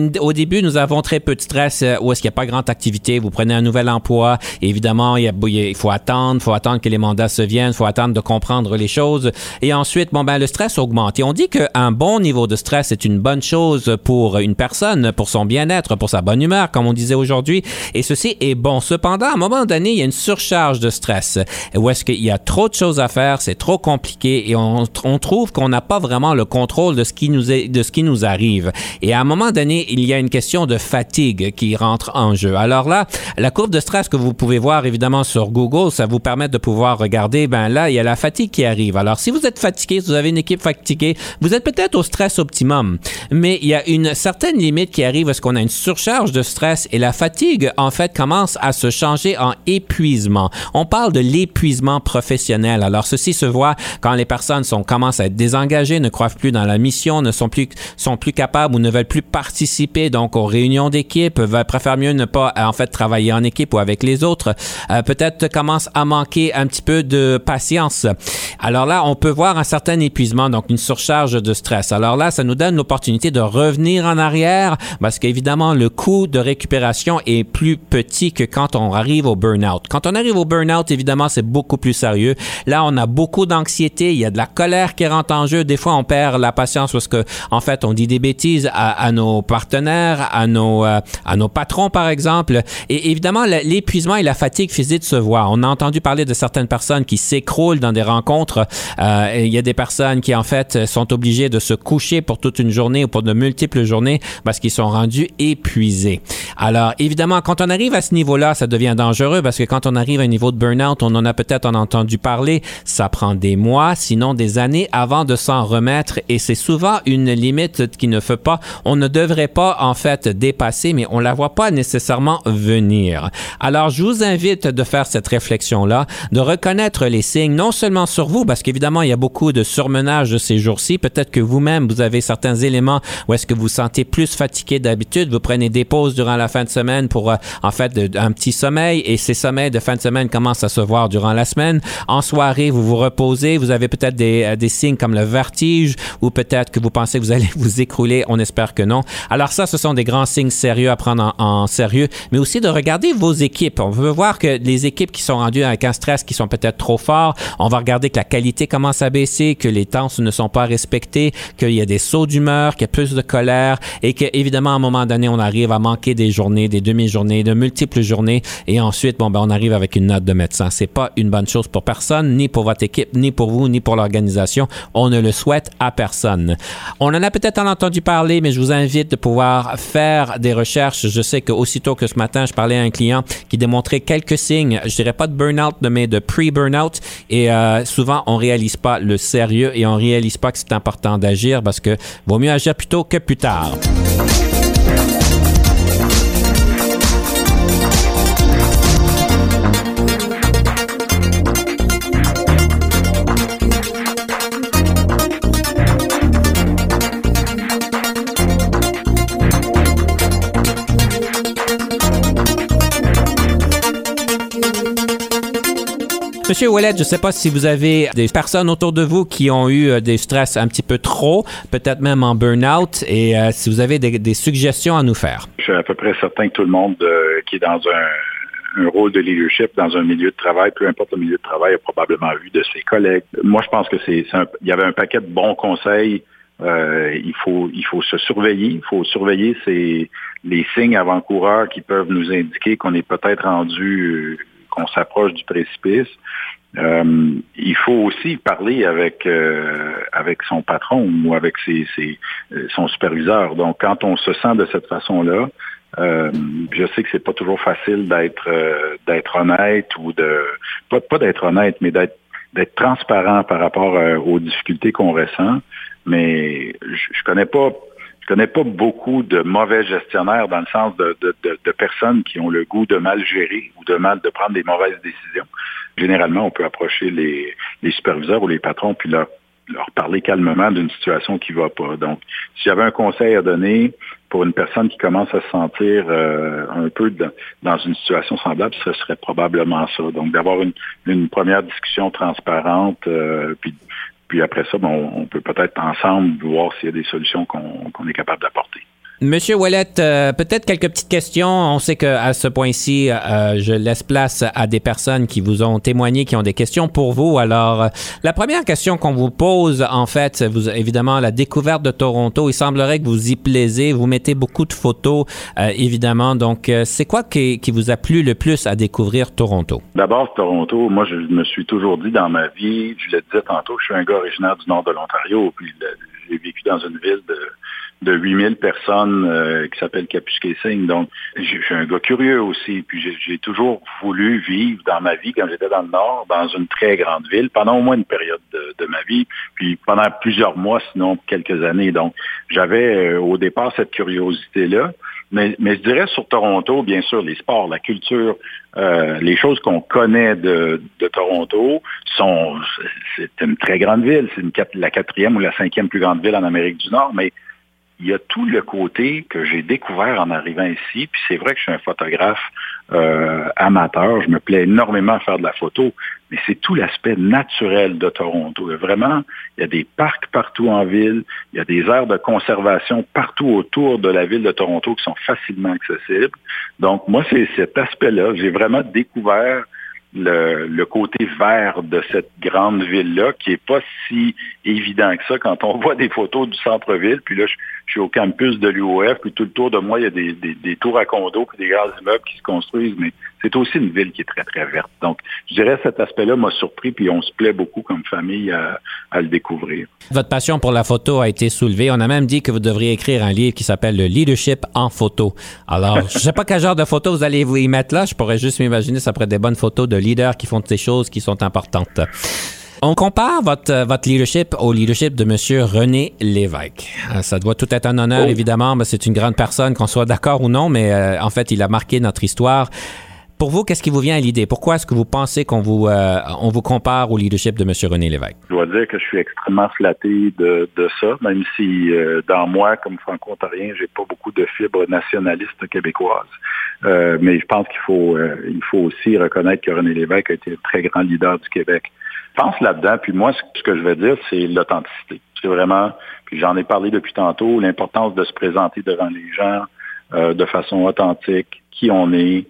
Speaker 1: nous avons très peu de stress, où est-ce qu'il n'y a pas grande activité, vous prenez un nouvel emploi, et évidemment, il faut attendre que les mandats se viennent, il faut attendre de comprendre les choses, et ensuite, le stress augmente. Et on dit qu'un bon niveau de stress est une bonne chose pour une personne, pour son bien-être, pour sa bonne humeur, comme on disait aujourd'hui, et ceci est bon. Cependant, à un moment donné, il y a une surcharge de stress, où est-ce qu'il y a trop de choses à faire, c'est trop compliqué, et on trouve qu'on n'a pas vraiment le contrôle de ce qui nous arrive. Et à un moment donné, il y a une question de fatigue qui rentre en jeu. Alors là, la courbe de stress que vous pouvez voir évidemment sur Google, ça vous permet de pouvoir regarder, là, il y a la fatigue qui arrive. Alors, si vous êtes fatigué, si vous avez une équipe fatiguée, vous êtes peut-être au stress optimum. Mais il y a une certaine limite qui arrive parce qu'on a une surcharge de stress et la fatigue, en fait, commence à se changer en épuisement. On parle de l'épuisement professionnel. Alors, ceci se voit quand les personnes commencent à être désengagés, ne croient plus dans la mission, sont plus capables ou ne veulent plus participer donc aux réunions d'équipe, préfèrent mieux ne pas en fait travailler en équipe ou avec les autres, peut-être commencent à manquer un petit peu de patience. Alors là, on peut voir un certain épuisement, donc une surcharge de stress. Alors là, ça nous donne l'opportunité de revenir en arrière parce qu'évidemment, le coût de récupération est plus petit que quand on arrive au burn-out. Quand on arrive au burn-out, évidemment, c'est beaucoup plus sérieux. Là, on a beaucoup d'anxiété, il y a de la colère qui rentre en jeu. Des fois, on perd la patience parce que, en fait, on dit des bêtises à nos partenaires, à nos patrons, par exemple. Et évidemment, l'épuisement et la fatigue physique se voient. On a entendu parler de certaines personnes qui s'écroulent dans des rencontres. Il y a des personnes qui, en fait, sont obligées de se coucher pour toute une journée ou pour de multiples journées parce qu'ils sont rendus épuisés. Alors, évidemment, quand on arrive à ce niveau-là, ça devient dangereux parce que quand on arrive à un niveau de burn-out, on en a peut-être entendu parler, ça prend des mois, sinon des années avant de s'en remettre et c'est souvent une limite qui ne fait pas, on ne devrait pas, en fait, dépasser, mais on la voit pas nécessairement venir. Alors, je vous invite de faire cette réflexion-là, de reconnaître les signes, non seulement sur vous, parce qu'évidemment, il y a beaucoup de surmenage de ces jours-ci. Peut-être que vous-même, vous avez certains éléments où est-ce que vous vous sentez plus fatigué d'habitude. Vous prenez des pauses durant la fin de semaine pour, en fait, un petit sommeil et ces sommeils de fin de semaine commencent à se voir durant la semaine. En soirée, vous vous reposez. Vous avez peut-être des signes comme le vertige ou peut-être que vous pensez que vous allez vous écrouler. On espère que non. Alors ça, ce sont des grands signes sérieux à prendre en sérieux, mais aussi de regarder vos équipes. On veut voir que les équipes qui sont rendues avec un stress qui sont peut-être trop forts, on va regarder que la qualité commence à baisser, que les temps ne sont pas respectés, qu'il y a des sauts d'humeur, qu'il y a plus de colère et qu'évidemment, à un moment donné, on arrive à manquer des journées, des demi-journées, de multiples journées et ensuite, on arrive avec une note de médecin. C'est pas une bonne chose pour personne, ni pour votre équipe, ni pour vous, ni pour l'organisation. On ne le souhaite à personne. On en a peut-être entendu parler, mais je vous invite de pouvoir faire des recherches. Je sais qu'aussitôt que ce matin, je parlais à un client qui démontrait quelques signes, je dirais pas de burn-out, mais de pre-burnout. Et souvent, on réalise pas le sérieux et on réalise pas que c'est important d'agir parce que vaut mieux agir plus tôt que plus tard. Monsieur Ouellet, je ne sais pas si vous avez des personnes autour de vous qui ont eu des stress un petit peu trop, peut-être même en burn-out, et si vous avez des suggestions à nous faire.
Speaker 2: Je suis à peu près certain que tout le monde qui est dans un rôle de leadership dans un milieu de travail, peu importe le milieu de travail, a probablement vu de ses collègues. Moi, je pense que il y avait un paquet de bons conseils. Il faut se surveiller. Il faut surveiller les signes avant-coureurs qui peuvent nous indiquer qu'on est peut-être rendu qu'on s'approche du précipice. Il faut aussi parler avec son patron ou avec son superviseur. Donc, quand on se sent de cette façon-là, je sais que c'est pas toujours facile d'être honnête ou pas d'être honnête, mais d'être transparent par rapport aux difficultés qu'on ressent. Mais je connais pas beaucoup de mauvais gestionnaires dans le sens de personnes qui ont le goût de mal gérer ou de prendre des mauvaises décisions. Généralement, on peut approcher les superviseurs ou les patrons puis leur parler calmement d'une situation qui va pas. Donc, si j'avais un conseil à donner pour une personne qui commence à se sentir un peu dans une situation semblable, ce serait probablement ça. Donc, d'avoir une première discussion transparente, puis après ça, on peut peut-être ensemble voir s'il y a des solutions qu'on est capable d'apporter.
Speaker 1: Monsieur Ouellet, peut-être quelques petites questions. On sait qu'à ce point-ci, je laisse place à des personnes qui vous ont témoigné, qui ont des questions pour vous. Alors, la première question qu'on vous pose, en fait, évidemment, la découverte de Toronto, il semblerait que vous y plaisez. Vous mettez beaucoup de photos, évidemment. Donc, c'est quoi qui vous a plu le plus à découvrir Toronto? D'abord,
Speaker 2: Toronto, moi, je me suis toujours dit dans ma vie, je le disais tantôt, je suis un gars originaire du nord de l'Ontario, puis j'ai vécu dans une ville de 8000 personnes qui s'appelle Kapuskasing. Donc, je suis un gars curieux aussi. Puis j'ai toujours voulu vivre dans ma vie, quand j'étais dans le Nord, dans une très grande ville, pendant au moins une période de ma vie, puis pendant plusieurs mois, sinon quelques années. Donc, j'avais au départ cette curiosité-là. Mais je dirais sur Toronto, bien sûr, les sports, la culture, les choses qu'on connaît de Toronto c'est une très grande ville. C'est la 4e ou la 5e plus grande ville en Amérique du Nord, mais il y a tout le côté que j'ai découvert en arrivant ici, puis c'est vrai que je suis un photographe amateur, je me plais énormément à faire de la photo, mais c'est tout l'aspect naturel de Toronto. Vraiment, il y a des parcs partout en ville, il y a des aires de conservation partout autour de la ville de Toronto qui sont facilement accessibles. Donc, moi, c'est cet aspect-là. J'ai vraiment découvert le côté vert de cette grande ville-là, qui est pas si évident que ça quand on voit des photos du centre-ville. Puis là, je suis au campus de l'UOF, puis tout autour de moi, il y a des tours à condos, puis des grands immeubles qui se construisent, mais c'est aussi une ville qui est très, très verte. Donc, je dirais cet aspect-là m'a surpris, puis on se plaît beaucoup comme famille à le découvrir.
Speaker 1: Votre passion pour la photo a été soulevée. On a même dit que vous devriez écrire un livre qui s'appelle « Le leadership en photo ». Alors, je ne sais pas quel genre de photos vous allez vous y mettre là. Je pourrais juste m'imaginer ça pourrait être des bonnes photos de leaders qui font des choses qui sont importantes. On compare votre leadership au leadership de M. René Lévesque. Ça doit tout être un honneur, évidemment. Mais c'est une grande personne, qu'on soit d'accord ou non, mais en fait, il a marqué notre histoire. Pour vous, qu'est-ce qui vous vient à l'idée? Pourquoi est-ce que vous pensez qu'on on vous compare au leadership de M. René Lévesque?
Speaker 2: Je dois dire que je suis extrêmement flatté de ça, même si dans moi, comme franco-ontarien, j'ai pas beaucoup de fibres nationalistes québécoises. Mais je pense il faut aussi reconnaître que René Lévesque a été un très grand leader du Québec. Je pense là-dedans, puis moi, ce que je vais dire, c'est l'authenticité. C'est vraiment, puis j'en ai parlé depuis tantôt, l'importance de se présenter devant les gens de façon authentique, qui on est,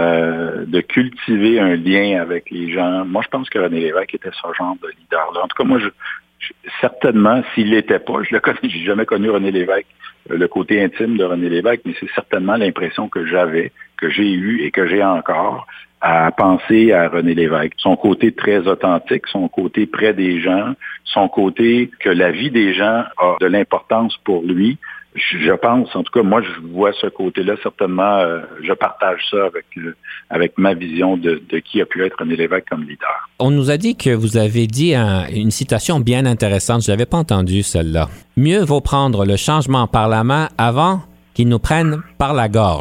Speaker 2: de cultiver un lien avec les gens. Moi, je pense que René Lévesque était ce genre de leader-là. En tout cas, moi, certainement, s'il l'était pas, j'ai jamais connu René Lévesque, le côté intime de René Lévesque, mais c'est certainement l'impression que j'avais, que j'ai eue et que j'ai encore à penser à René Lévesque. Son côté très authentique, son côté près des gens, son côté que la vie des gens a de l'importance pour lui. Je pense, en tout cas, moi, je vois ce côté-là, certainement, je partage ça avec ma vision de qui a pu être René Lévesque comme leader.
Speaker 1: On nous a dit que vous avez dit une citation bien intéressante, je l'avais pas entendue, celle-là. « Mieux vaut prendre le changement par la main avant qu'il nous prenne par la gorge. »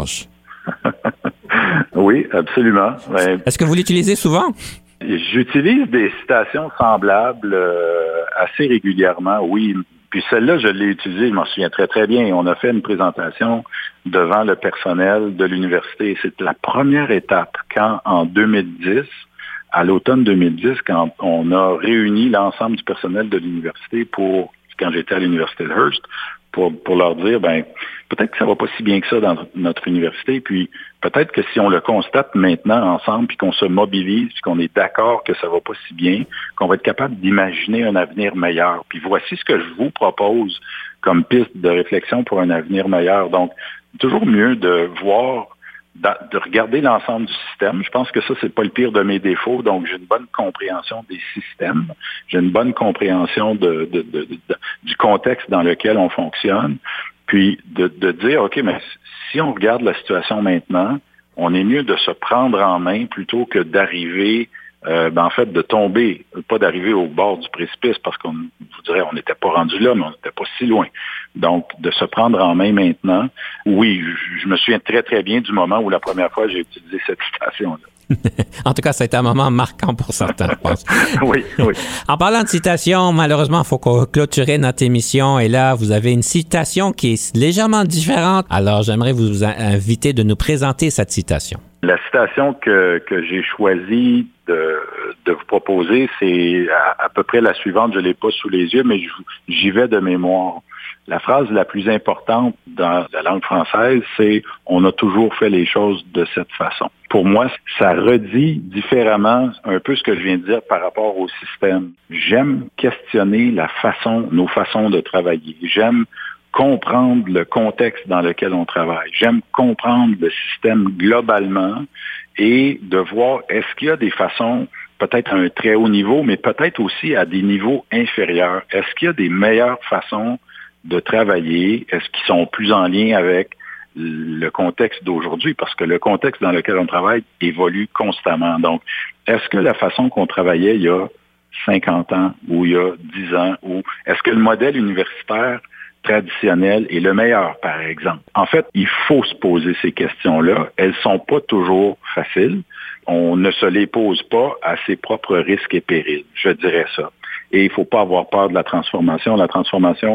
Speaker 2: Oui, absolument.
Speaker 1: Est-ce que vous l'utilisez souvent?
Speaker 2: J'utilise des citations semblables assez régulièrement, oui. Puis celle-là, je l'ai utilisée, je m'en souviens très, très bien. On a fait une présentation devant le personnel de l'université. C'est la première étape quand, en 2010, à l'automne 2010, quand on a réuni l'ensemble du personnel de l'université quand j'étais à l'université de Hearst, pour leur dire, peut-être que ça va pas si bien que ça dans notre université, puis peut-être que si on le constate maintenant ensemble, puis qu'on se mobilise, puis qu'on est d'accord que ça va pas si bien, qu'on va être capable d'imaginer un avenir meilleur. Puis voici ce que je vous propose comme piste de réflexion pour un avenir meilleur. Donc, toujours mieux de regarder l'ensemble du système. Je pense que ça, c'est pas le pire de mes défauts. Donc, j'ai une bonne compréhension des systèmes. J'ai une bonne compréhension du contexte dans lequel on fonctionne. Puis, de dire, OK, mais si on regarde la situation maintenant, on est mieux de se prendre en main plutôt que d'arriver, en fait, de tomber, pas d'arriver au bord du précipice parce qu'on vous dirait, on n'était pas rendu là, mais on n'était pas si loin. Donc, de se prendre en main maintenant, oui, je me souviens très, très bien du moment où la première fois j'ai utilisé cette citation-là.
Speaker 1: En tout cas, ça a été un moment marquant pour certains, je pense.
Speaker 2: Oui.
Speaker 1: En parlant de citation, malheureusement, il faut clôturer notre émission. Et là, vous avez une citation qui est légèrement différente. Alors, j'aimerais vous inviter de nous présenter cette citation.
Speaker 2: La citation que j'ai choisi de vous proposer, c'est à peu près la suivante. Je ne l'ai pas sous les yeux, mais j'y vais de mémoire. La phrase la plus importante dans la langue française, c'est « on a toujours fait les choses de cette façon ». Pour moi, ça redit différemment un peu ce que je viens de dire par rapport au système. J'aime questionner nos façons de travailler. J'aime comprendre le contexte dans lequel on travaille. J'aime comprendre le système globalement et de voir est-ce qu'il y a des façons, peut-être à un très haut niveau, mais peut-être aussi à des niveaux inférieurs. Est-ce qu'il y a des meilleures façons de travailler? Est-ce qu'ils sont plus en lien avec le contexte d'aujourd'hui? Parce que le contexte dans lequel on travaille évolue constamment. Donc, est-ce que la façon qu'on travaillait il y a 50 ans ou il y a 10 ans, ou est-ce que le modèle universitaire traditionnel est le meilleur, par exemple? En fait, il faut se poser ces questions-là. Elles sont pas toujours faciles. On ne se les pose pas à ses propres risques et périls, je dirais ça. Et il faut pas avoir peur de la transformation. La transformation,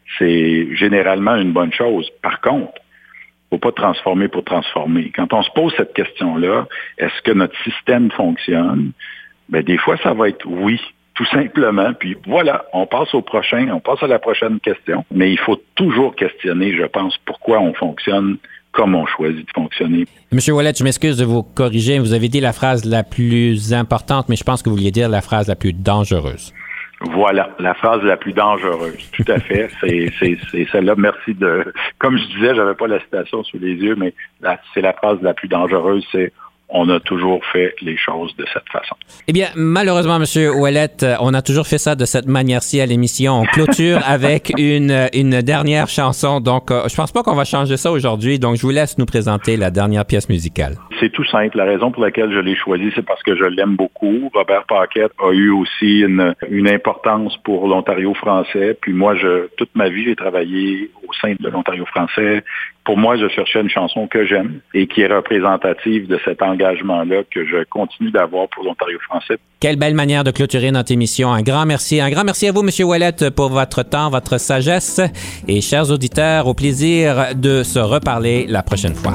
Speaker 2: c'est généralement une bonne chose. Par contre, il ne faut pas transformer pour transformer. Quand on se pose cette question-là, est-ce que notre système fonctionne? Ben, des fois, ça va être oui, tout simplement. Puis voilà, on passe à la prochaine question. Mais il faut toujours questionner, je pense, pourquoi on fonctionne comme on choisit de fonctionner.
Speaker 1: Monsieur Ouellette, je m'excuse de vous corriger. Vous avez dit la phrase la plus importante, mais je pense que vous vouliez dire la phrase la plus dangereuse.
Speaker 2: Voilà, la phrase la plus dangereuse. Tout à fait. C'est celle-là. Merci de... Comme je disais, j'avais pas la citation sous les yeux, mais c'est la phrase la plus dangereuse, c'est on a toujours fait les choses de cette façon.
Speaker 1: Eh bien, malheureusement, M. Ouellette, on a toujours fait ça de cette manière-ci à l'émission. On clôture avec une dernière chanson. Donc, je pense pas qu'on va changer ça aujourd'hui. Donc, je vous laisse nous présenter la dernière pièce musicale.
Speaker 2: C'est tout simple. La raison pour laquelle je l'ai choisi, c'est parce que je l'aime beaucoup. Robert Paquette a eu aussi une importance pour l'Ontario français. Puis moi, toute ma vie, j'ai travaillé au sein de l'Ontario français. Pour moi, je cherchais une chanson que j'aime et qui est représentative de cet engagement-là que je continue d'avoir pour l'Ontario français. Quelle
Speaker 1: belle manière de clôturer notre émission. Un grand merci à vous, M. Ouellette, pour votre temps, votre sagesse. Et chers auditeurs, au plaisir de se reparler la prochaine fois.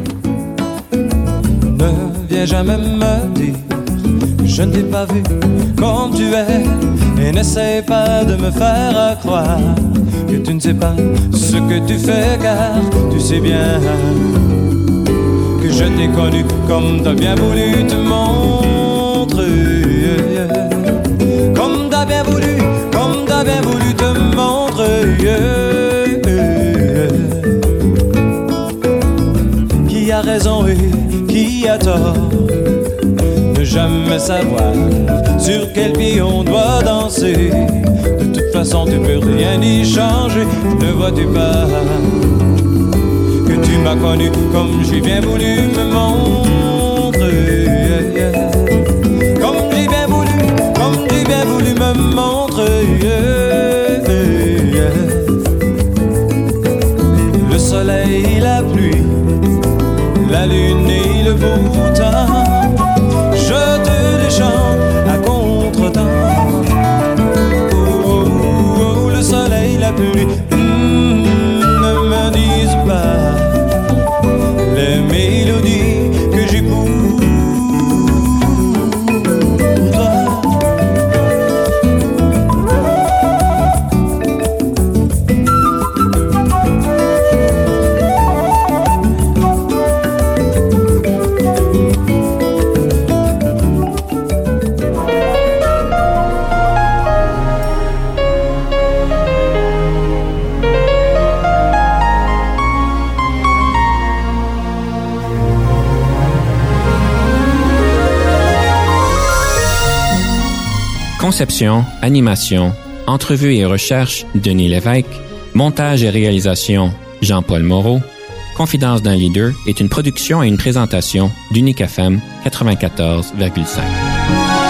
Speaker 4: Ne viens jamais me dire je ne t'ai pas vu comme tu es et n'essaie pas de me faire croire que tu ne sais pas ce que tu fais, car tu sais bien que je t'ai connu comme t'as bien voulu te montrer, comme t'as bien voulu te montrer. Qui a raison et qui a tort? Ne jamais savoir sur quel pied on doit danser. De toute façon, tu peux rien y changer. Ne vois-tu pas que tu m'as connu comme j'ai bien voulu me montrer? Comme j'ai bien voulu me montrer. Le soleil, la pluie, la lune et le beau temps, je te les chante à contre-temps. Le soleil, la pluie, ne me disent pas les mélodies que j'ai pour toi.
Speaker 1: Conception, animation, entrevue et recherche, Denis Lévesque. Montage et réalisation, Jean-Paul Moreau. Confidence d'un leader est une production et une présentation d'Unique FM 94,5.